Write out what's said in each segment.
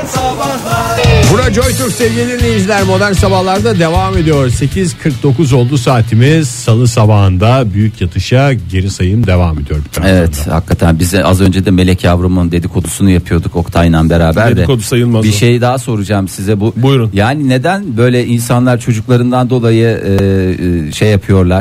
Sabahlar. Buna Joy Türk sevgili dinleyiciler, modern sabahlarda devam ediyor. 8.49 oldu saatimiz. Salı sabahında büyük yatışa geri sayım devam ediyor. Evet, hakikaten biz de az önce de Melek yavrumun dedikodusunu yapıyorduk Oktay'la beraber de. Dedikodu sayılmaz bir o. şey daha soracağım size bu. Buyurun. Yani neden böyle insanlar çocuklarından dolayı şey yapıyorlar?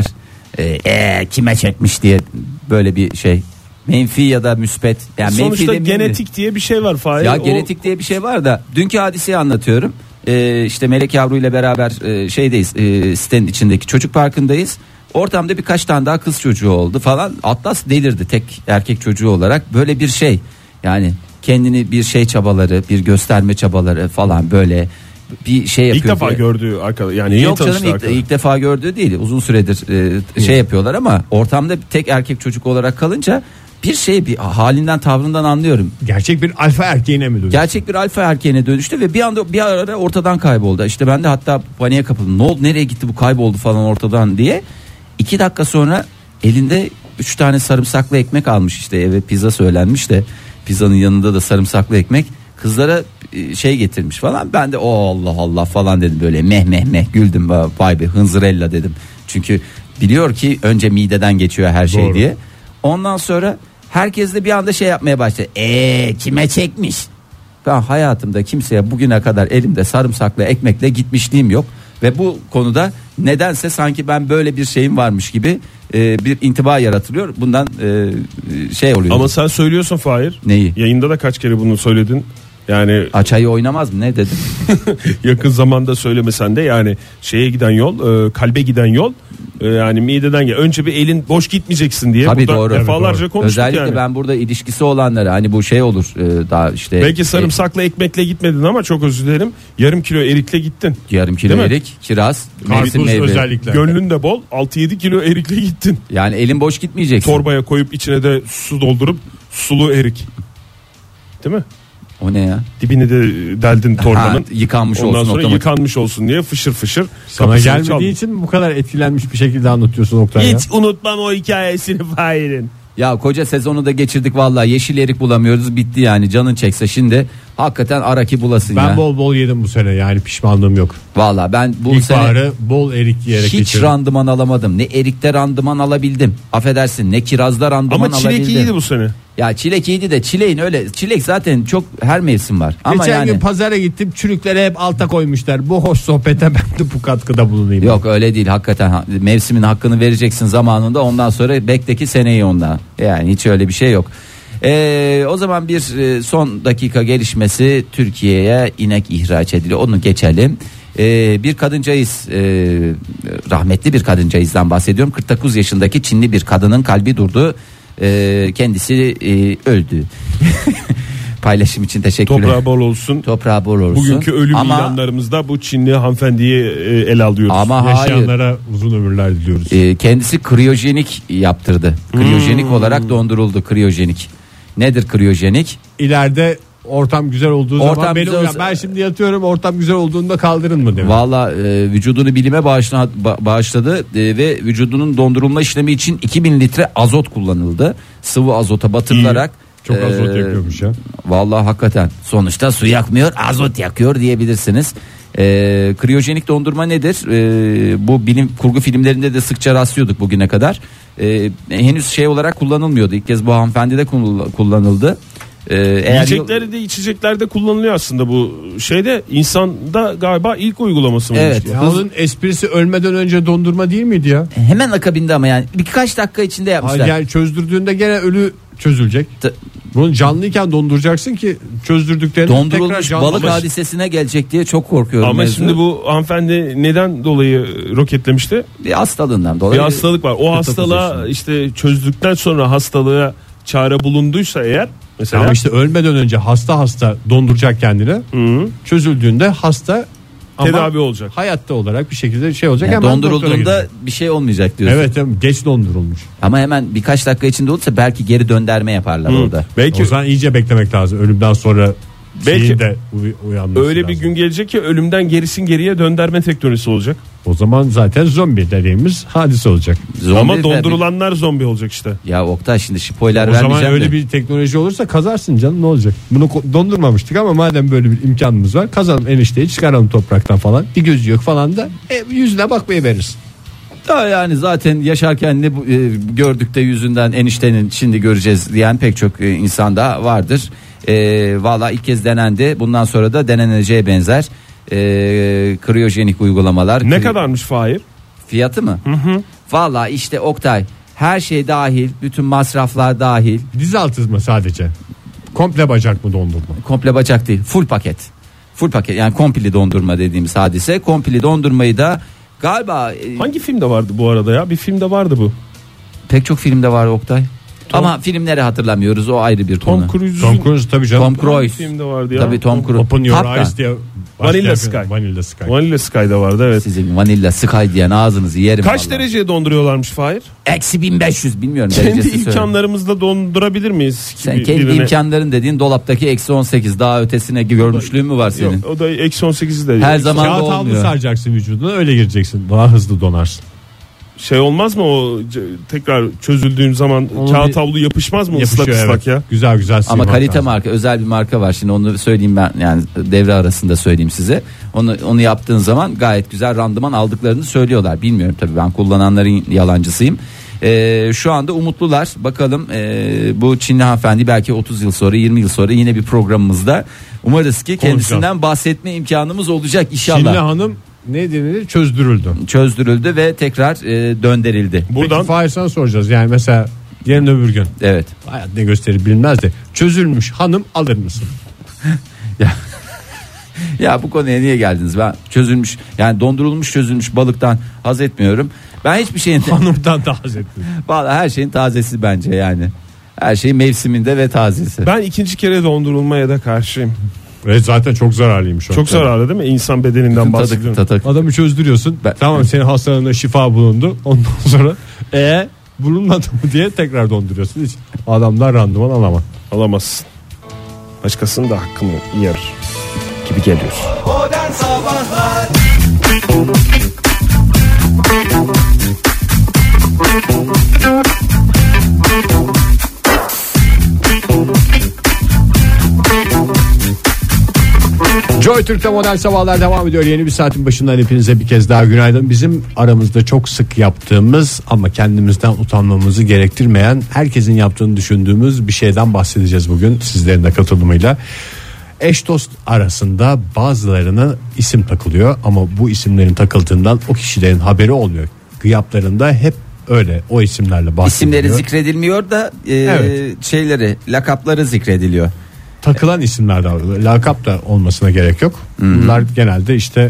Kime çekmiş diye böyle bir şey. Menfi ya da müspet. Yani Sonuçta menfi genetik diye bir şey var Fahir. Ya genetik diye bir şey var da dünkü hadiseyi anlatıyorum. İşte Melek Yavru ile beraber şeydeyiz, sitenin içindeki çocuk parkındayız. Ortamda birkaç tane daha kız çocuğu oldu falan. Atlas delirdi tek erkek çocuğu olarak. Böyle bir şey, yani kendini bir şey çabaları, bir gösterme çabaları falan, böyle bir şey yapıyor. İlk defa gördüğü arkadaş, yani yok canım, ilk defa gördüğü değil, uzun süredir şey yapıyorlar ama ortamda tek erkek çocuk olarak kalınca bir şey, bir halinden, tavrından anlıyorum. Gerçek bir alfa erkeğine mi dönüştü? Gerçek bir alfa erkeğine dönüştü ve bir anda bir ara ortadan kayboldu. İşte ben de hatta paniğe kapıldım. Ne oldu, nereye gitti bu, kayboldu falan ortadan diye. 2 dakika sonra elinde 3 tane sarımsaklı ekmek almış, işte eve pizza söylenmiş de pizzanın yanında da sarımsaklı ekmek. Kızlara şey getirmiş falan. Ben de o Allah Allah falan dedim, böyle meh güldüm, vay be hınzırella dedim. Çünkü biliyor ki önce mideden geçiyor her şey. Doğru. Diye. Ondan sonra herkes de bir anda şey yapmaya başladı. Kime çekmiş? Ben hayatımda kimseye bugüne kadar elimde sarımsaklı ekmekle gitmişliğim yok. Ve bu konuda nedense sanki ben böyle bir şeyim varmış gibi bir intiba yaratılıyor. Bundan şey oluyor. Ama sen söylüyorsun Fahir. Neyi? Yayında da kaç kere bunu söyledin. Yani açayı oynamaz mı, ne dedim? Yakın zamanda söylemesen de, yani şeye giden yol, kalbe giden yol, yani mideden gel. Önce bir elin boş gitmeyeceksin diye. Tabii burada doğru. defalarca Evet, konuştuk. özellikle yani. ben burada ilişkisi olanlara, hani bu şey olur daha işte. Belki sarımsaklı ekmekle gitmedin ama çok özür dilerim. Yarım kilo erikle gittin. Yarım kilo erik, kiraz, mevsim meyve. Özellikle. Gönlün de bol, 6-7 kilo erikle gittin. Yani elin boş gitmeyeceksin. Torbaya koyup içine de su doldurup sulu erik. Değil mi? O ne ya? Dibini de deldin torbanın. Yıkanmış ondan olsun. sonra otomatik. yıkanmış olsun diye fışır fışır. Sana gelmediği için mi bu kadar etkilenmiş bir şekilde anlatıyorsun Oktay ya? Hiç unutmam o hikayesini Fahir'in. Ya koca sezonu da geçirdik vallahi, yeşil erik bulamıyoruz, bitti yani, canın çekse şimdi hakikaten araki bulasın ben ya. Ben bol bol yedim bu sene, yani pişmanlığım yok. Vallahi ben bu İlkbaharı sene bol erik yiyerek hiç geçirdim. randıman alamadım. Ne erikte randıman alabildim, affedersin, ne kirazda randıman alabildim. Ama çilek iyiydi bu sene. Ya çilek iyiydi de çileğin öyle, çilek zaten çok her mevsim var. Ama geçen yani gün pazara gittim, çürükleri hep alta koymuşlar. Bu hoş sohbete ben de bu katkıda bulunayım. Yok öyle değil hakikaten, mevsimin hakkını vereceksin zamanında, ondan sonra bekteki seneyi ondan. Yani hiç öyle bir şey yok. O zaman bir son dakika gelişmesi, Türkiye'ye inek ihraç ediliyor, onu geçelim. Bir kadıncağız, rahmetli bir kadıncağızdan bahsediyorum. 49 yaşındaki Çinli bir kadının kalbi durdu. Kendisi öldü. Paylaşım için teşekkürler. Toprağı bol olsun. Toprağı bol olsun. Bugünkü ölüm ilanlarımızda bu Çinli hanımefendiyi ele alıyoruz. Ama yaşayanlara uzun ömürler diliyoruz. Kendisi kriyojenik yaptırdı. Kriyojenik olarak donduruldu. Kriyojenik. Nedir kriyojenik? İleride ortam güzel olduğu Ortam zaman beni güzel ben şimdi yatıyorum, ortam güzel olduğunda kaldırın mı demek. Valla vücudunu bilime bağışladı ve vücudunun dondurulma işlemi için 2000 litre azot kullanıldı. Sıvı azota batırılarak. Çok azot yakıyormuş ya. Valla hakikaten, sonuçta su yakmıyor, azot yakıyor diyebilirsiniz. Kriyojenik dondurma nedir? Bu bilim kurgu filmlerinde de sıkça rastlıyorduk bugüne kadar. Henüz şey olarak kullanılmıyordu. İlk kez bu hanımefendide kullanıldı. Yiyeceklerde, içeceklerde kullanılıyor aslında bu şeyde, insanda galiba ilk uygulaması mı? Evet. Ya onun esprisi ölmeden önce dondurma değil miydi ya? Hemen akabinde ama yani birkaç dakika içinde yapmışlar. Yani çözdürdüğünde gene ölü çözülecek. Bunu canlıyken donduracaksın ki çözdürdüklerini tekrar dondurulmuş canlı. balık hadisesine gelecek diye çok korkuyorum. Ama şimdi bu hanımefendi neden dolayı roketlemişti? Bir hastalığından dolayı. Bir hastalık var. O hastalığa işte çözdükten sonra hastalığa çare bulunduysa eğer, mesela. Ama işte ölmeden önce hasta donduracak kendini. Çözüldüğünde hasta tedavi olacak. Hayatta olarak bir şekilde şey olacak. Yani dondurulduğunda bir şey olmayacak diyorsun. Evet, geç dondurulmuş. Ama hemen birkaç dakika içinde olursa belki geri dönderme yaparlar orada. Belki o zaman iyice beklemek lazım. Ölümden sonra Belki de uyanması öyle lazım. bir gün gelecek ki ölümden gerisin geriye döndürme teknolojisi olacak. O zaman zaten zombi dediğimiz hadise olacak. Zombi Ama de- dondurulanlar zombi olacak işte. Ya Oktay şimdi spoiler O zaman vermeyeceğim öyle de. bir teknoloji olursa kazarsın canım, ne olacak? Bunu dondurmamıştık ama madem böyle bir imkanımız var, kazalım enişteyi, çıkaralım topraktan falan. Bir gözü yok falan da yüzüne bakmaya veririz. Da yani zaten yaşarken ne gördük de yüzünden eniştenin şimdi göreceğiz diyen pek çok insan da vardır. Valla ilk kez denendi. Bundan sonra da deneneceğe benzer. Kriyojenik uygulamalar. Ne kadarmış Fahir? Fiyatı mı? Valla işte Oktay, her şey dahil, bütün masraflar dahil. Diz altı mı sadece? Komple bacak mı dondurma? Komple bacak değil, full paket. Full paket, yani komple dondurma dediğimiz hadise. Komple dondurmayı da galiba Hangi filmde vardı bu arada ya? Bir filmde vardı bu. pek çok filmde var Oktay. Ama filmleri hatırlamıyoruz, o ayrı bir konu. Tom Cruise. Tom Cruise tabii canım. Tom Cruise. filmde vardı ya. Tabii Tom Cruise. Open Your Top Gun. Eyes diye. Vanilla başka Sky. bir- Vanilla Sky. Vanilla Sky'da vardı evet. Sizin Vanilla Sky diyen ağzınızı yerim. Kaç vallahi. dereceye donduruyorlarmış Fahir? Eksi 1500 bilmiyorum. Kendi derecesi söyle. imkanlarımızda dondurabilir miyiz? Sen Gibi kendi birine. imkanların dediğin dolaptaki eksi 18, daha ötesine görmüşlüğün mü var senin? Yok, o da eksi 18 de. Her zaman da Kağıt havlu olmuyor. saracaksın vücuduna, öyle gireceksin. Daha hızlı donarsın. Şey olmaz mı o tekrar çözüldüğün zaman Onu kağıt bir- havlu yapışmaz mı ıslak Yapışıyor, ıslak evet. ya? Güzel güzel Ama sıyırmak kalite lazım. marka, özel bir marka var, şimdi onu söyleyeyim ben, yani devre arasında söyleyeyim size. Onu yaptığın zaman gayet güzel randıman aldıklarını söylüyorlar. Bilmiyorum tabii, ben kullananların yalancısıyım. Şu anda umutlular. Bakalım bu Çinli hanımefendi belki 30 yıl sonra, 20 yıl sonra yine bir programımızda umarız ki kendisinden bahsetme imkanımız olacak inşallah. Çinli hanım ne denilir, çözdürüldü. Çözdürüldü ve tekrar döndürüldü. Buradan Peki Fahir, sana soracağız yani, mesela yarın öbür gün Evet. hayat ne gösterir bilinmez de çözülmüş hanım alır mısın? Ya bu konuya niye geldiniz? Ben çözülmüş, yani dondurulmuş çözülmüş balıktan haz etmiyorum. Ben hiçbir şeyin Hanımdan daha zevkli. vallahi her şeyin tazesi bence yani. Her şey mevsiminde ve tazesi. ben ikinci kere dondurulmaya da karşıyım. Ve zaten çok zararlıymış o. Çok zararlı değil mi? İnsan bedeninden bahsediyorum. Adamı çözdürüyorsun. Tamam, senin hastalığına şifa bulundu. Ondan sonra bulunmadı mı diye tekrar donduruyorsun. Hiç adamlar randıman alamaz. Alamazsın. Başkasının da hakkını yer gibi geliyor. Modern Sabahlar. Joy Türk'te Modern Sabahlar devam ediyor. Yeni bir saatin başından hepinize bir kez daha günaydın. Bizim aramızda çok sık yaptığımız ama kendimizden utanmamızı gerektirmeyen, herkesin yaptığını düşündüğümüz bir şeyden bahsedeceğiz bugün sizlerin de katılımıyla. Eş dost arasında bazılarına isim takılıyor ama bu isimlerin takıldığından o kişilerin haberi olmuyor. Gıyaplarında hep öyle o isimlerle bahsediliyor. İsimleri zikredilmiyor da Evet. şeyleri, lakapları zikrediliyor. Takılan isimler de var. Lakap da olmasına gerek yok. Bunlar genelde işte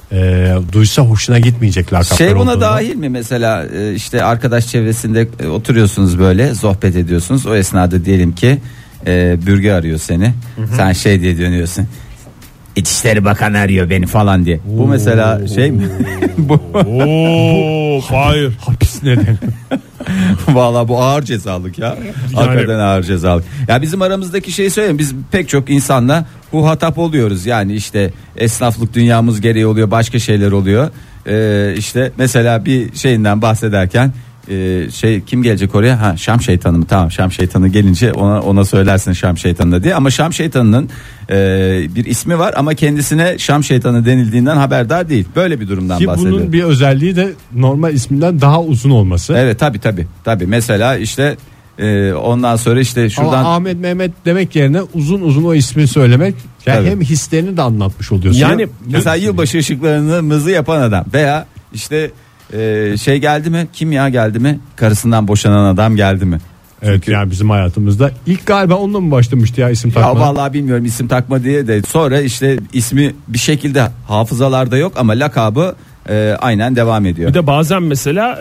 duysa hoşuna gitmeyecek lakaplar Şey buna olduğundan. dahil mi mesela, işte arkadaş çevresinde oturuyorsunuz, böyle sohbet ediyorsunuz. O esnada diyelim ki Bürge arıyor seni. Sen şey diye dönüyorsun. İçişleri Bakanı arıyor beni falan diye. Bu mesela şey mi? Bu Oo, hayır. Hapis nedeni. vallahi bu ağır cezalık ya. Hakikaten ağır cezalık. Ya bizim aramızdaki şeyi söyleyeyim. Biz pek çok insanla muhatap oluyoruz. Yani işte esnaflık dünyamız gereği oluyor, başka şeyler oluyor. İşte mesela bir şeyinden bahsederken kim gelecek oraya? Ha, Şam şeytanı mı? Tamam, Şam şeytanı gelince ona söylersin Şam şeytanı diye. Ama Şam şeytanının bir ismi var ama kendisine Şam şeytanı denildiğinden haberdar değil. Böyle bir durumdan Ki bahsediyorum. bunun bir özelliği de normal isminden daha uzun olması. Evet, tabi. Mesela işte ondan sonra işte şuradan Ama Ahmet Mehmet demek yerine uzun uzun o ismi söylemek, yani Tabii. hem hislerini de anlatmış oluyorsun. Yani mesela yılbaşı ışıklarını yapan adam veya işte şey geldi mi, kimya geldi mi, karısından boşanan adam geldi mi? evet, yani bizim hayatımızda ilk galiba onunla mı başlamıştı ya isim Ya takma? vallahi bilmiyorum, isim takma diye de sonra işte ismi bir şekilde hafızalarda yok ama lakabı aynen devam ediyor. Bir de bazen mesela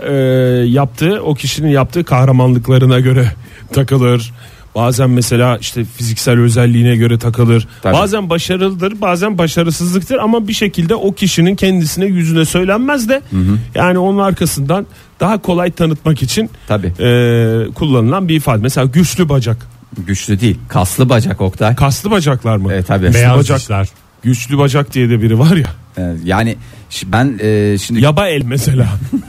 o kişinin yaptığı kahramanlıklarına göre takılır. Bazen mesela işte fiziksel özelliğine göre takılır. Tabii. Bazen başarılıdır, bazen başarısızlıktır ama bir şekilde o kişinin kendisine, yüzüne söylenmez de yani onun arkasından daha kolay tanıtmak için Tabii. kullanılan bir ifade. Mesela güçlü bacak. Güçlü değil, kaslı bacak Oktay. Kaslı bacaklar mı? Evet tabii. Beyaz bacak. dişler. Güçlü bacak diye de biri var ya. Yani ben şimdi Yaba el mesela.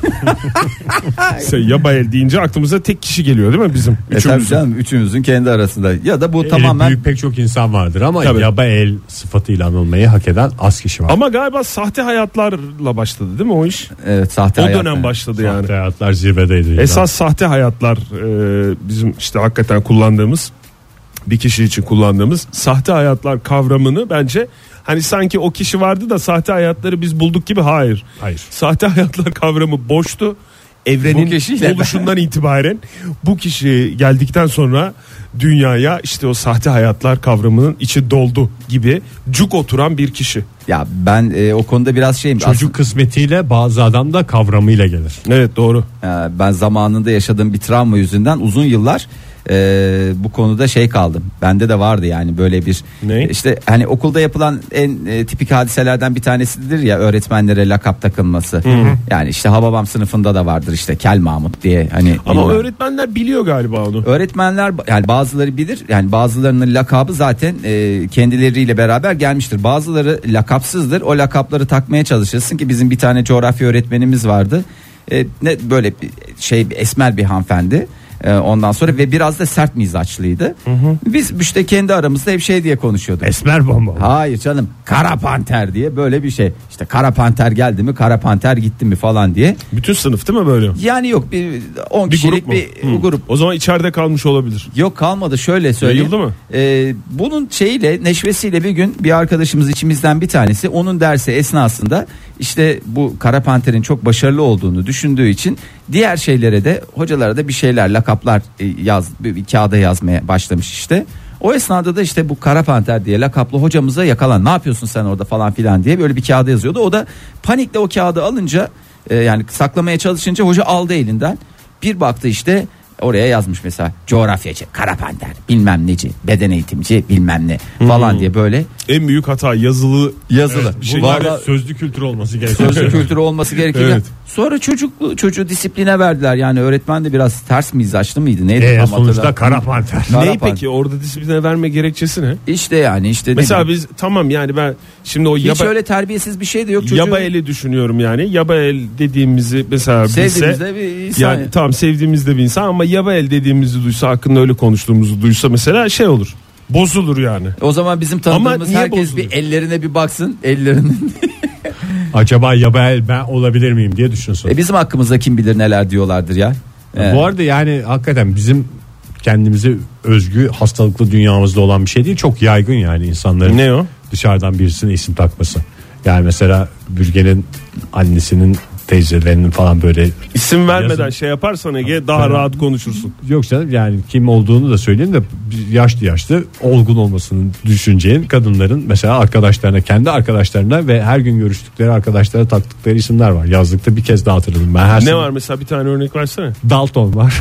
Yaba el deyince aklımıza tek kişi geliyor değil mi bizim? tabii Üçümüzün. canım, üçümüzün kendi arasında ya da bu Eli tamamen büyük pek çok insan vardır ama Tabii. yaba el sıfatıyla anılmayı hak eden az kişi var. Ama galiba sahte hayatlarla başladı değil mi o iş? evet, sahte O hayat. dönem başladı yani. Sahte hayatlar zirvedeydi. Esas sahte hayatlar bizim işte hakikaten kullandığımız, bir kişi için kullandığımız sahte hayatlar kavramını bence hani sanki o kişi vardı da sahte hayatları biz bulduk gibi, hayır. Hayır. Sahte hayatlar kavramı boştu. Bu Evrenin kişiyle oluşundan itibaren bu kişi geldikten sonra dünyaya işte o sahte hayatlar kavramının içi doldu gibi cuk oturan bir kişi. Ya ben o konuda biraz şeyim. Çocuk kısmetiyle bazı adam da kavramıyla gelir. Evet, doğru. Ben zamanında yaşadığım bir travma yüzünden uzun yıllar bu konuda kaldım. Bende de vardı yani böyle bir Ne? işte hani okulda yapılan en tipik hadiselerden bir tanesidir ya, öğretmenlere lakap takılması. Yani işte Hababam sınıfında da vardır işte Kel Mahmut diye hani. Ama bilmem. öğretmenler biliyor galiba onu. Öğretmenler yani bazıları bilir, yani bazılarının lakabı zaten kendileriyle beraber gelmiştir. Bazıları lakapsızdır, o lakapları takmaya çalışırsın ki bizim bir tane coğrafya öğretmenimiz vardı. Ne böyle esmer bir hanımefendi. Ondan sonra ve biraz da sert mizaçlıydı. Biz işte kendi aramızda hep diye konuşuyorduk. Esmer bomba. Hayır canım, Kara Panter diye böyle bir şey. İşte Kara Panter geldi mi, Kara Panter gitti mi falan diye. Bütün sınıf değil mi böyle? Yani yok, bir 10 Bir kişilik grup mu? bir grup. O zaman içeride kalmış olabilir. Yok, kalmadı, şöyle söyleyeyim. Yayıldı mı? Bunun neşvesiyle bir gün bir arkadaşımız, içimizden bir tanesi, onun dersi esnasında işte bu Kara Panter'in çok başarılı olduğunu düşündüğü için diğer şeylere de, hocalara da bir şeyler, lakaplar bir kağıda yazmaya başlamış işte. O esnada da işte bu Kara Panter diye lakaplı hocamıza yakalan, ne yapıyorsun sen orada falan filan diye böyle bir kağıda yazıyordu. O da panikle o kağıdı alınca yani saklamaya çalışınca hoca aldı elinden, bir baktı işte oraya yazmış mesela coğrafyacı Kara Panter, bilmem neci, beden eğitimci bilmem ne falan diye böyle. En büyük hata yazılı. Yazılı. Bir şey Vallahi sözlü kültürü olması gerekiyor. sözlü kültürü olması gerekiyor. Evet. Sonra çocuğu disipline verdiler. Yani öğretmen de biraz ters mizaçlı mıydı? Neydi? Tam Sonuçta hatırlamıyorum. Kara Panter. Kara Ne Panter. peki orada disipline verme gerekçesi ne? İşte yani işte Mesela biz tamam yani ben şimdi o hiç öyle terbiyesiz bir şey de yok çocuğun. yaba eli düşünüyorum yani. Yaba el dediğimizi mesela Sevdiğimizde bir insan. yani tamam sevdiğimizde bir insan ama yaba el dediğimizi duysa, hakkında öyle konuştuğumuzu duysa mesela olur. Bozulur yani. O zaman bizim Ama tanıdığımız niye herkes bozuluyor? bir ellerine bir baksın. Ellerinin. Acaba yaba el ben olabilir miyim diye düşünsün. Bizim hakkımızda kim bilir neler diyorlardır ya. Bu arada yani hakikaten bizim kendimize özgü hastalıklı dünyamızda olan bir şey değil. Çok yaygın yani insanların Ne o? dışarıdan birisine isim takması. Yani mesela Bürge'nin annesinin, teyzelerinin falan böyle İsim vermeden Yazın. yaparsan Ege daha rahat konuşursun. yok canım, yani kim olduğunu da söyleyeyim de yaşlı olgun olmasını düşüneceğin kadınların mesela arkadaşlarına, kendi arkadaşlarına ve her gün görüştükleri arkadaşlara taktıkları isimler var. Yazlıkta bir kez daha hatırladım. Ben her Ne var mesela, bir tane örnek versene. Dalton var.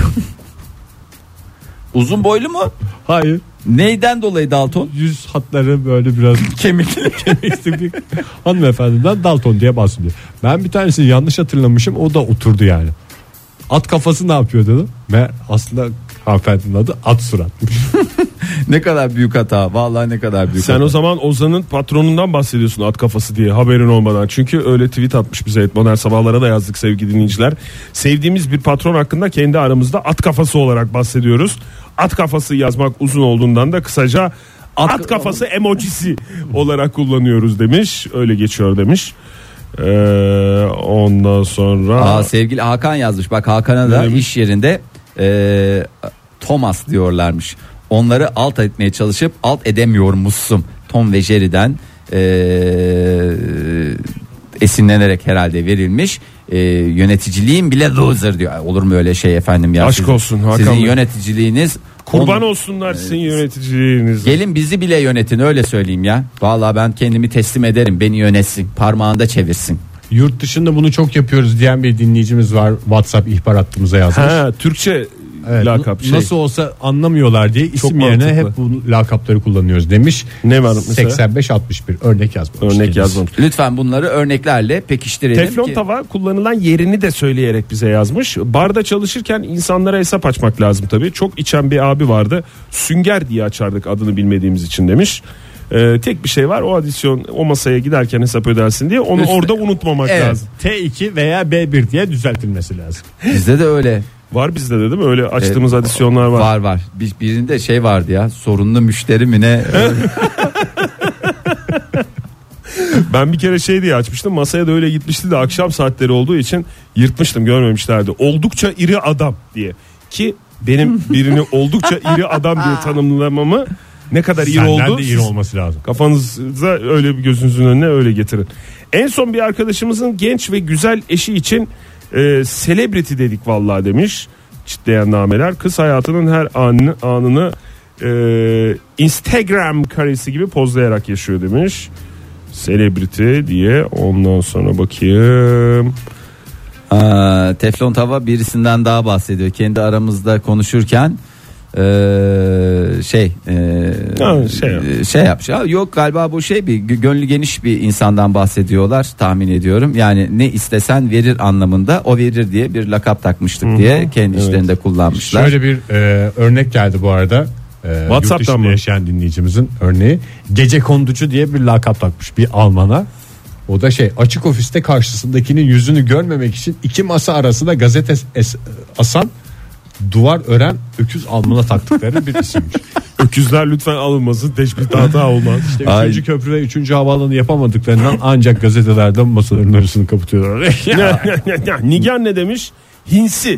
Uzun boylu mu? Hayır. Neyden dolayı Dalton? Yüz hatları böyle biraz kemikli bir hanımefendiden Dalton diye bahsediyor. Ben bir tanesini yanlış hatırlamışım, o da oturdu yani. At kafası ne yapıyor dedim. Ve aslında hanımefendinin adı At Suratmış. Ne kadar büyük hata. Vallahi ne kadar büyük Sen hata. o zaman Ozan'ın patronundan bahsediyorsun, at kafası diye, haberin olmadan. Çünkü öyle tweet atmış bize. Modern Sabahlara da yazdık sevgili dinleyiciler. Sevdiğimiz bir patron hakkında kendi aramızda at kafası olarak bahsediyoruz. At kafası yazmak uzun olduğundan da kısaca at kafası emojisi olarak kullanıyoruz demiş. Öyle geçiyor demiş. Ondan sonra Sevgili Hakan yazmış. Bak, Hakan'a da iş yerinde Thomas diyorlarmış. Onları alt etmeye çalışıp alt edemiyormuşsun. Tom ve Jerry'den esinlenerek herhalde verilmiş. Yöneticiliğin bile loser diyor. Olur mu öyle şey efendim ya? Aşk olsun Hakan Sizin Bey. yöneticiliğiniz kurban olsunlar sizin yöneticiliğiniz. Gelin bizi bile yönetin, öyle söyleyeyim ya. Vallahi ben kendimi teslim ederim, beni yönetsin, parmağında çevirsin. Yurt dışında bunu çok yapıyoruz diyen bir dinleyicimiz var. WhatsApp ihbar hattımıza yazmış. Türkçe Evet, lakap şey. Nasıl olsa anlamıyorlar diye isim yerine mantıklı. hep bu lakapları kullanıyoruz demiş. Ne var mesela? 85-61 örnek yazmamış. Örnek yazmamış. Lütfen bunları örneklerle pekiştirelim. Teflon ki... tava kullanılan yerini de söyleyerek bize yazmış. Barda çalışırken insanlara hesap açmak lazım tabii. Çok içen bir abi vardı. Sünger diye açardık adını bilmediğimiz için demiş. Tek bir şey var, o adisyon, o masaya giderken hesap ödersin diye onu orada unutmamak Evet. lazım. T2 veya B1 diye düzeltilmesi lazım. Bizde de öyle. Var bizde de değil mi? Öyle açtığımız adisyonlar var. Var. Birinde şey vardı ya, sorunlu müşteri mi ne? Ben bir kere şey diye açmıştım, masaya da öyle gitmişti de akşam saatleri olduğu için yırtmıştım, görmemişlerdi. Oldukça iri adam diye. Ki benim birini oldukça iri adam diye tanımlamamı, ne kadar iri Senden oldu de iri olması lazım. kafanızda öyle bir gözünüzün önüne öyle getirin. En son bir arkadaşımızın genç ve güzel eşi için celebrity dedik vallahi demiş. Çitleyen nameler. Kız hayatının her anını Instagram karesi gibi pozlayarak yaşıyor demiş. Celebrity diye, ondan sonra bakayım. Teflon tava birisinden daha bahsediyor. Kendi aramızda konuşurken şey yapmış. Yok galiba bu şey, bir gönlü geniş bir insandan bahsediyorlar tahmin ediyorum. Yani ne istesen verir anlamında, o verir diye bir lakap takmıştık diye kendi işlerinde kullanmışlar. Şöyle bir örnek geldi bu arada. WhatsApp'tan yurt dışında mı? yaşayan dinleyicimizin örneği. Gecekonducu diye bir lakap takmış bir Alman'a. O da açık ofiste karşısındakinin yüzünü görmemek için 2 masa arasında gazete asan, duvar ören öküz Alman'a taktıkları bir isimmiş. Öküzler lütfen alınmasın, teşbih hata olmaz. İşte 3. köprü ve 3. havaalanı yapamadıklarından ancak gazetelerden masaların arasını kapatıyorlar. Nigan ne demiş? Hinsi.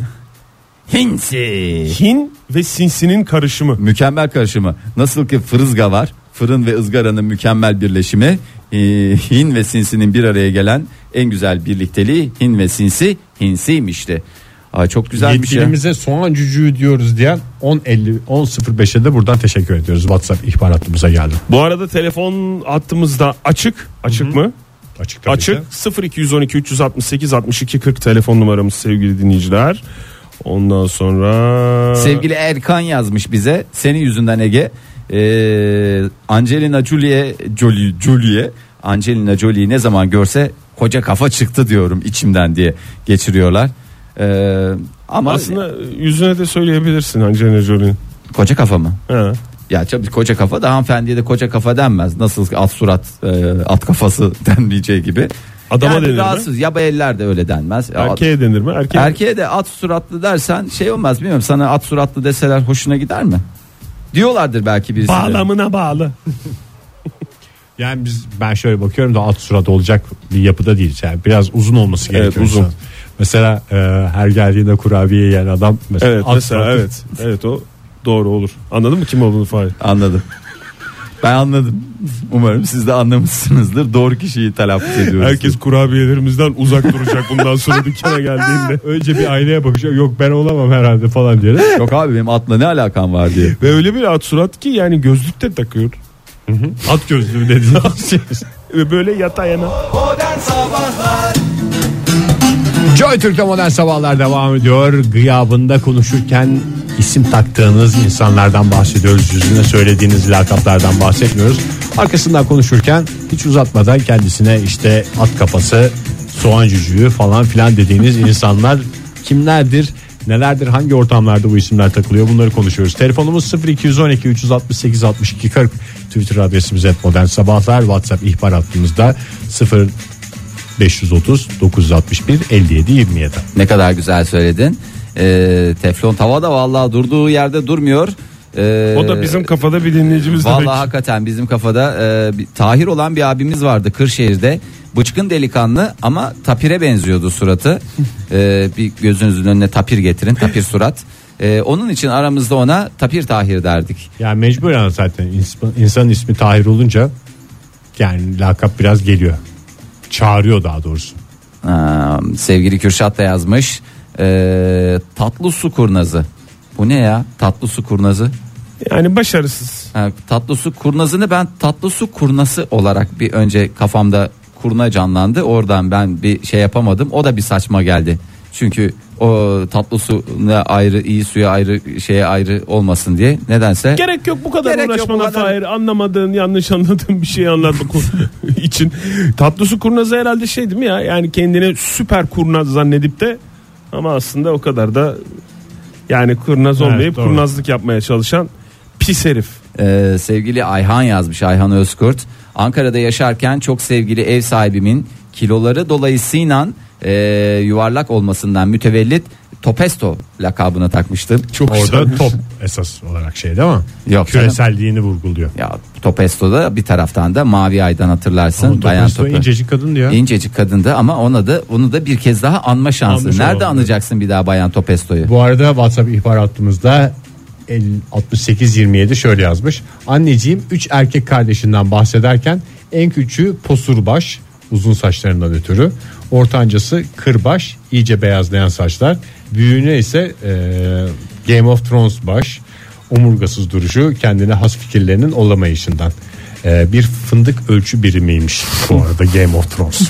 Hin ve sinsinin karışımı. Mükemmel karışımı. Nasıl ki fırızga var, fırın ve ızgaranın mükemmel birleşimi, hin ve sinsinin bir araya gelen en güzel birlikteliği hin ve sinsi, hinsiymişti. Çok güzelmiş ya. Yetkilimize soğan cücüğü diyoruz diyen 10.05'e de buradan teşekkür ediyoruz. WhatsApp ihbar hattımıza geldi. Bu arada telefon hattımızda açık mı? Açık tabii Açık. ki. 0212 368 62 40 telefon numaramız sevgili dinleyiciler. Ondan sonra Sevgili Erkan yazmış bize, senin yüzünden Ege, Angelina Jolie'ye Angelina Jolie'yi ne zaman görse koca kafa çıktı diyorum içimden diye geçiriyorlar. Ama aslında yüzüne de söyleyebilirsin Angelina Jolie'nin. koca kafa mı? He. Ya tabii koca kafa da, hanımefendiye de koca kafa denmez. Nasıl ki at surat, at kafası denmeyeceği gibi. Adama yani denir mi? rahatsız, yaba eller de öyle denmez. Erkeğe denir mi? Erkeğe de at suratlı dersen şey olmaz, bilmiyorum, sana at suratlı deseler hoşuna gider mi? Diyorlardır belki birisi. Bağlamına bağlı. Yani ben şöyle bakıyorum da at surat olacak bir yapıda değiliz. Yani biraz uzun olması gerekiyor. Evet, uzun. insan. Mesela her geldiğinde kurabiye yiyen adam mesela Evet at mesela suratlı. evet o doğru olur. Anladın mı kim olduğunu Fahir? Anladım. Ben anladım. Umarım siz de anlamışsınızdır. Doğru kişiyi telaffuz ediyoruz. Herkes kurabiyelerimizden uzak duracak bundan sonra dükkana geldiğinde. Önce bir aynaya bakacak, yok ben olamam herhalde falan diye. Yok abi, benim atla ne alakam var diye. Ve öyle bir at surat ki yani gözlük de takıyor. At gözlüğü dediğimiz şey. Ve böyle yata yana. Modern Sabahlar Joy Türk'te modern sabahlar devam ediyor. Gıyabında konuşurken isim taktığınız insanlardan bahsediyoruz. Yüzüne söylediğiniz lakaplardan bahsetmiyoruz. Arkasından konuşurken hiç uzatmadan kendisine işte at kafası, soğan cücüğü falan filan dediğiniz insanlar kimlerdir? Nelerdir, hangi ortamlarda bu isimler takılıyor, bunları konuşuyoruz. Telefonumuz 0212 368 62 40, Twitter adresimiz @modernsabahlar, WhatsApp ihbar hattımızda 0530 961 57 27. Ne kadar güzel söyledin. Teflon tava da vallahi durduğu yerde durmuyor. O da bizim kafada bir dinleyicimiz Vallahi demek. hakikaten bizim kafada Tahir olan bir abimiz vardı Kırşehir'de. Bıçkın delikanlı ama tapire benziyordu suratı. Bir gözünüzün önüne tapir getirin, tapir surat. Onun için aramızda ona Tapir Tahir derdik. Yani mecburen zaten insanın ismi Tahir olunca yani lakap biraz geliyor. Çağırıyor daha doğrusu. Sevgili Kürşat da yazmış. Tatlı su kurnazı. Bu ne ya? Tatlı su kurnazı. Yani başarısız. Tatlı su kurnazını ben tatlı su kurnası olarak bir önce kafamda kurna canlandı. Oradan ben bir şey yapamadım. O da bir saçma geldi. Çünkü O tatlı suyuna ayrı, iyi suya ayrı, şeye ayrı olmasın diye. Nedense Gerek yok bu kadar Gerek yok bu uğraşmana kadar. Fahir. Anlamadığın, yanlış anladığın bir şeyi anlatmak için. Tatlı su kurnazı herhalde şey değil mi ya? Yani kendini süper kurnaz zannedip de ama aslında o kadar da yani kurnaz olmayıp doğru. kurnazlık yapmaya çalışan pis herif. sevgili Ayhan yazmış, Ayhan Özkurt. Ankara'da yaşarken çok sevgili ev sahibimin kiloları dolayısıyla yuvarlak olmasından mütevellit Topesto lakabını takmıştım. Orada top esas olarak şey değil mi? Yok Küreselliğini vurguluyor. Ya Topesto'da bir taraftan da Mavi Ay'dan hatırlarsın. Ama Bayan Topesto Topu. incecik kadındı ya. İncecik kadındı ama onu da bir kez daha anma şansı. Anmış Nerede olalım. anacaksın bir daha Bayan Topesto'yu? Bu arada WhatsApp ihbar hattımızda 6827 şöyle yazmış. Anneciğim 3 erkek kardeşinden bahsederken en küçüğü posurbaş, uzun saçlarından ötürü. Ortancası kırbaş, iyice beyazlayan saçlar. Büyüğüne ise Game of Thrones baş, omurgasız duruşu, kendine has fikirlerinin olamayışından. Bir fındık ölçü birimiymiş bu arada Game of Thrones.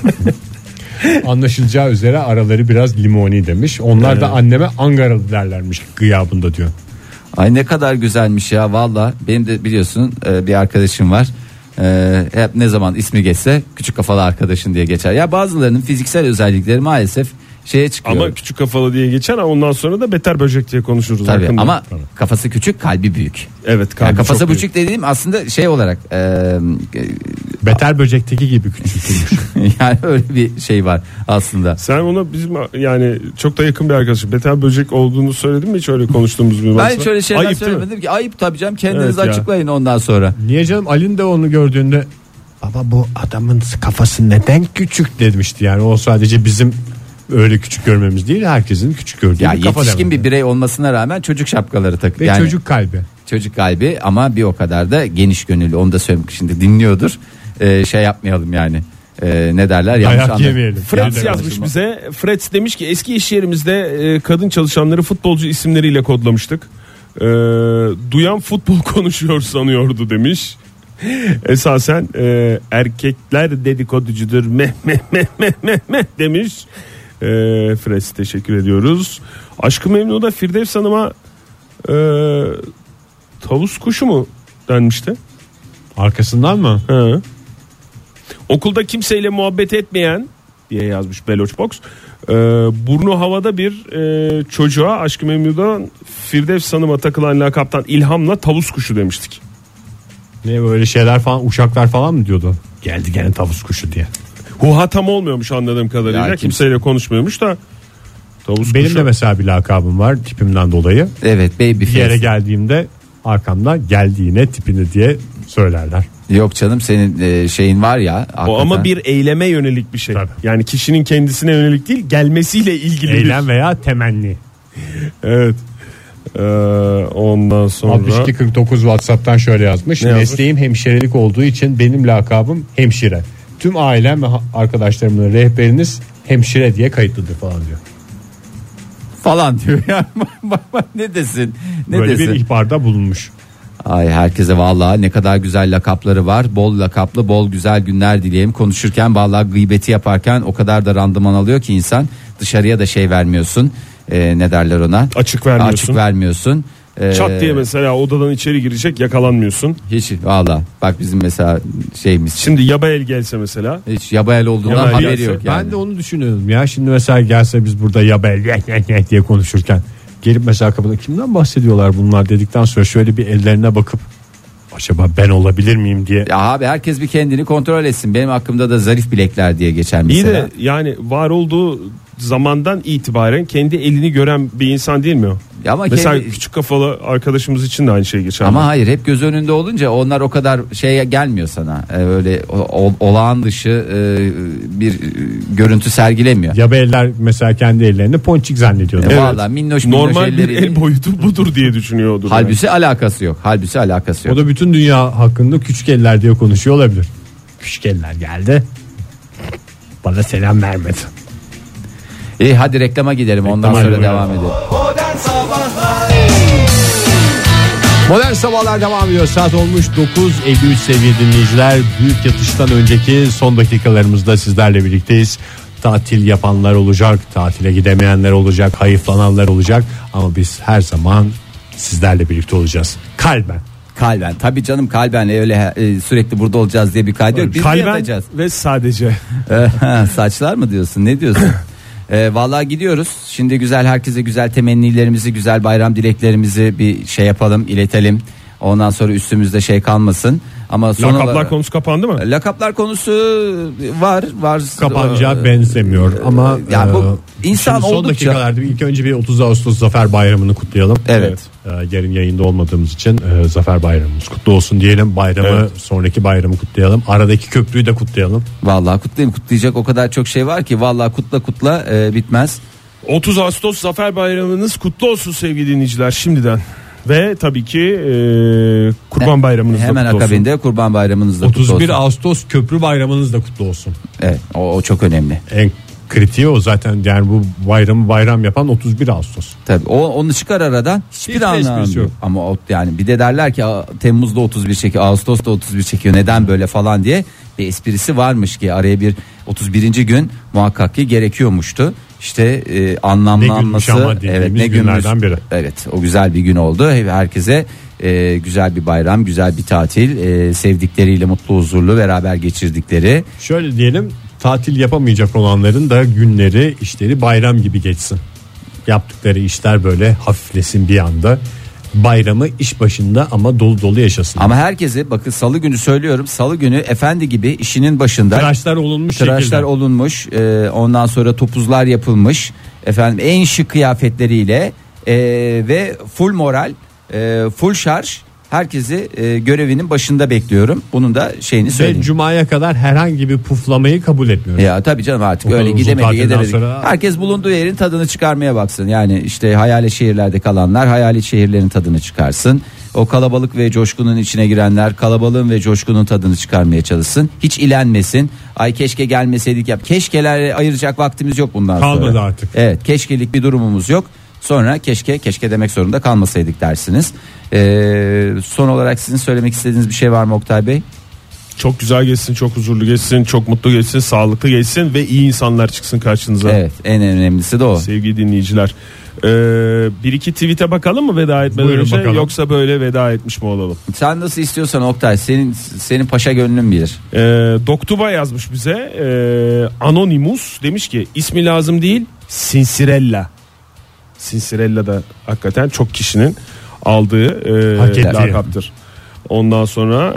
Anlaşılacağı üzere araları biraz limoni demiş. Onlar da anneme Angaralı derlermiş gıyabında diyor. Ay ne kadar güzelmiş ya valla. Benim de biliyorsun bir arkadaşım var. Hep ne zaman ismi geçse küçük kafalı arkadaşın diye geçer. Ya bazılarının fiziksel özellikleri maalesef şeye çıkıyor. Ama küçük kafalı diye geçer, ondan sonra da beter böcek diye konuşuruz. Tabii hakkında. ama kafası küçük, kalbi büyük. Evet, kalbi Yani kafası çok büyük. küçük dediğim aslında şey olarak Beter böcekteki gibi küçültülmüş. yani öyle bir şey var aslında. Sen ona bizim yani çok da yakın bir arkadaşım beter böcek olduğunu söyledin mi hiç öyle konuştuğumuz bir Ben varsa? hiç öyle şeyler Ayıp değil mi? söylemedim ki. Ayıp tabii canım, kendiniz Evet ya. açıklayın ondan sonra. Niye canım, Ali'nin de onu gördüğünde baba bu adamın kafası neden küçük demişti. Yani o sadece bizim öyle küçük görmemiz değil, herkesin küçük gördüğü Ya bir kafa yetişkin demek. bir birey olmasına rağmen çocuk şapkaları takıyor. Ve Yani çocuk kalbi. çocuk kalbi ama bir o kadar da geniş gönüllü. Onu da söylemek, şimdi dinliyordur. Şey yapmayalım yani. Ne derler? Yanlış Dayak anladım. yemeyelim. Fred Yani yazmış bize. Fred demiş ki eski iş yerimizde kadın çalışanları futbolcu isimleriyle kodlamıştık. Duyan futbol konuşuyor sanıyordu demiş. Esasen erkekler dedikoducudur meh demiş. Fred, teşekkür ediyoruz. Aşk-ı Memnu'da Firdevs Hanım'a tavus kuşu mu denmişti? Arkasından mı? He. Okulda kimseyle muhabbet etmeyen diye yazmış Beloçbox. Burnu havada bir çocuğa Aşk-ı Memnu'da Firdevs Hanım'a takılan lakaptan ilhamla tavus kuşu demiştik. Ne böyle şeyler falan, uşaklar falan mı diyordu? Geldi gene tavus kuşu diye. Huha tam olmuyormuş anladığım kadarıyla. Ya Kimseyle konuşmuyormuş da tavus Benim kuşu. de mesela bir lakabım var tipimden dolayı. Evet, baby Bir yere face. geldiğimde arkamda geldiğine tipini diye söylerler. Yok canım, senin şeyin var ya. O hakikaten. ama bir eyleme yönelik bir şey. Tabii. Yani kişinin kendisine yönelik değil, gelmesiyle ilgili Eylem veya temenni. Evet. Ondan sonra 6249 WhatsApp'tan şöyle yazmış. Ne yazmış? Mesleğim hemşirelik olduğu için benim lakabım hemşire. Tüm ailem ve arkadaşlarımın rehberiniz hemşire diye kayıtlıdır falan diyor. falan diyor ya. Bak ne desin? Ne Böyle desin? bir ihbarda bulunmuş. Ay herkese vallahi ne kadar güzel lakapları var. Bol lakaplı, bol güzel günler dileyelim. Konuşurken vallahi gıybeti yaparken o kadar da randıman alıyor ki insan, dışarıya da şey vermiyorsun. Ne derler ona? açık vermiyorsun. Açık vermiyorsun. Çat diye mesela odadan içeri girecek, yakalanmıyorsun. Hiç valla bak bizim mesela şeyimiz. Şimdi Yabael gelse mesela. Hiç yabayel olduğundan Yabayel haberi gelse, yok yani. Ben de onu düşünüyorum ya. Şimdi mesela gelse biz burada ya ben diye konuşurken gelip mesela kapıda kimden bahsediyorlar bunlar dedikten sonra şöyle bir ellerine bakıp acaba ben olabilir miyim diye. Ya abi herkes bir kendini kontrol etsin. Benim hakkımda da zarif bilekler diye geçer İyi mesela. de yani var olduğu zamandan itibaren kendi elini gören bir insan değil mi o? Ya ama Mesela kendi- küçük kafalı arkadaşımız için de aynı şey geçer. Ama hayır, hep göz önünde olunca onlar o kadar şeye gelmiyor sana. Öyle olağan dışı bir görüntü sergilemiyor. Ya eller mesela kendi ellerini ponçik zannediyorlar. Evet. Vallahi minnoş Normal bir elleriyle. el boyutu budur diye düşünüyordur. Halbuki alakası yok. Halbuki alakası yok. O da bütün dünya hakkında küçük eller diye konuşuyor olabilir. Küçük eller geldi. Bana selam vermedi. İyi hadi reklama gidelim, ondan Reklama sonra gidelim. devam edelim. Modern Sabahlar Modern Sabahlar devam ediyor. Saat olmuş 9:53 sevgili dinleyiciler. Büyük yatıştan önceki son dakikalarımızda sizlerle birlikteyiz. tatil yapanlar olacak, tatile gidemeyenler olacak, hayıflananlar olacak ama biz her zaman sizlerle birlikte olacağız. Kalben. Kalben tabii canım, kalben öyle sürekli burada olacağız diye bir kaydı yok. Biz Kalben yapacağız. ve sadece. Saçlar mı diyorsun, ne diyorsun? Vallahi gidiyoruz. Şimdi güzel, herkese güzel temennilerimizi, güzel bayram dileklerimizi bir şey yapalım, iletelim. Ondan sonra üstümüzde şey kalmasın. Ama Lakaplar konusu kapandı mı? Lakaplar konusu var. Kapanacağı benzemiyor ama yani bu insan son oldukça. dakikalarda ilk önce bir 30 Ağustos Zafer Bayramı'nı kutlayalım. Evet. Yarın yayında olmadığımız için Zafer Bayramımız kutlu olsun diyelim. Bayramı sonraki bayramı kutlayalım. Aradaki köprüyü de kutlayalım. Vallahi kutlayayım, kutlayacak o kadar çok şey var ki vallahi kutla bitmez. 30 Ağustos Zafer Bayramınız kutlu olsun sevgili dinleyiciler şimdiden. Ve tabii ki Kurban Bayramınız da hemen kutlu olsun. akabinde Kurban Bayramınız da kutlu olsun. 31 Ağustos Köprü Bayramınız da kutlu olsun. Evet, o çok önemli. En kritiği o zaten, yani bu bayramı bayram yapan 31 Ağustos. Tabii onu çıkar aradan, hiçbir anlamı esprisi yok. yok. Ama yani bir de derler ki Temmuz'da 31 çekiyor, Ağustos'ta 31 çekiyor, neden böyle falan diye bir esprisi varmış ki araya bir 31. gün muhakkak ki gerekiyormuştu. İşte anlamlanması, Ne günmüş ama dediğimiz günlerden biri. Evet, o güzel bir gün oldu. Herkese güzel bir bayram, güzel bir tatil, sevdikleriyle mutlu huzurlu beraber geçirdikleri. Şöyle diyelim, tatil yapamayacak olanların da günleri, işleri bayram gibi geçsin. Yaptıkları işler böyle hafiflesin bir anda. Bayramı iş başında ama dolu dolu yaşasın. Ama herkese bakın, salı günü söylüyorum, salı günü efendi gibi işinin başında. Tıraşlar olunmuş Tıraşlar şekilde. olunmuş, ondan sonra topuzlar yapılmış, efendim en şık kıyafetleriyle ve full moral, full şarj, herkesi görevinin başında bekliyorum. Bunun da şeyini Ve söyleyeyim. Cuma'ya kadar herhangi bir puflamayı kabul etmiyorum. Ya tabii canım, artık O öyle kadar uzun gidemedi, tatilden gidemedik. sonra- Herkes bulunduğu yerin tadını çıkarmaya baksın. Yani işte hayali şehirlerde kalanlar hayali şehirlerin tadını çıkarsın. O kalabalık ve coşkunun içine girenler kalabalığın ve coşkunun tadını çıkarmaya çalışsın. Hiç ilenmesin. Ay keşke gelmeseydik yap. Keşkelerle ayıracak vaktimiz yok bundan sonra. Kalmadı artık. Evet, keşkelik bir durumumuz yok. Sonra keşke demek zorunda kalmasaydık dersiniz. Son olarak sizin söylemek istediğiniz bir şey var mı Oktay Bey? Çok güzel geçsin, çok huzurlu geçsin, çok mutlu geçsin, sağlıklı geçsin ve iyi insanlar çıksın karşınıza. Evet, en önemlisi de o. Sevgili dinleyiciler. Bir iki tweet'e bakalım mı veda etmeden Buyurun önce, bakalım. yoksa böyle veda etmiş mi olalım? Sen nasıl istiyorsan Oktay, senin paşa gönlün bilir. Doktuba yazmış bize, Anonymous demiş ki ismi lazım değil, Sinsirella. Sinsirella da hakikaten çok kişinin aldığı Hak ettiği. lakaptır. Ondan sonra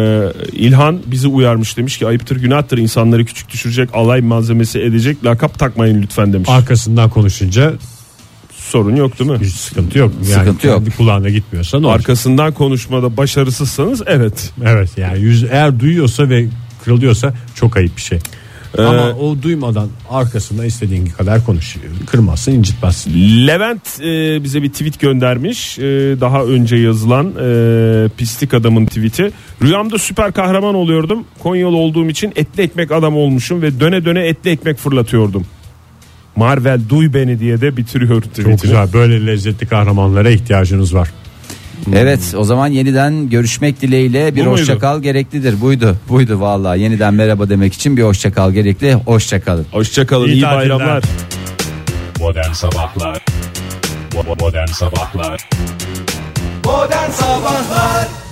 İlhan bizi uyarmış, demiş ki ayıptır günahtır insanları küçük düşürecek, alay malzemesi edecek lakap takmayın lütfen demiş. Arkasından konuşunca Sorun yok değil mi? hiç sıkıntı yok. Yani Sıkıntı yok. kendi kulağına gitmiyorsa ne olacak? Arkasından konuşmada başarısızsanız evet. Evet, yani eğer duyuyorsa ve kırılıyorsa çok ayıp bir şey. Ama o duymadan arkasında istediğin kadar konuş. Kırmazsın, incitmezsin. Levent bize bir tweet göndermiş. Daha önce yazılan pislik adamın tweeti. Rüyamda süper kahraman oluyordum. Konyalı olduğum için etli ekmek adam olmuşum ve döne döne etli ekmek fırlatıyordum. Marvel duy beni diye de bitiriyor tweetini. Çok güzel, böyle lezzetli kahramanlara ihtiyacınız var. Evet, o zaman yeniden görüşmek dileğiyle bir Bu muydu? hoşçakal gereklidir. Buydu vallahi, yeniden merhaba demek için bir hoşçakal gerekli. Hoşçakalın. Hoşçakalın, İyi iyi tatiller. bayramlar. Modern Sabahlar Modern Sabahlar Modern Sabahlar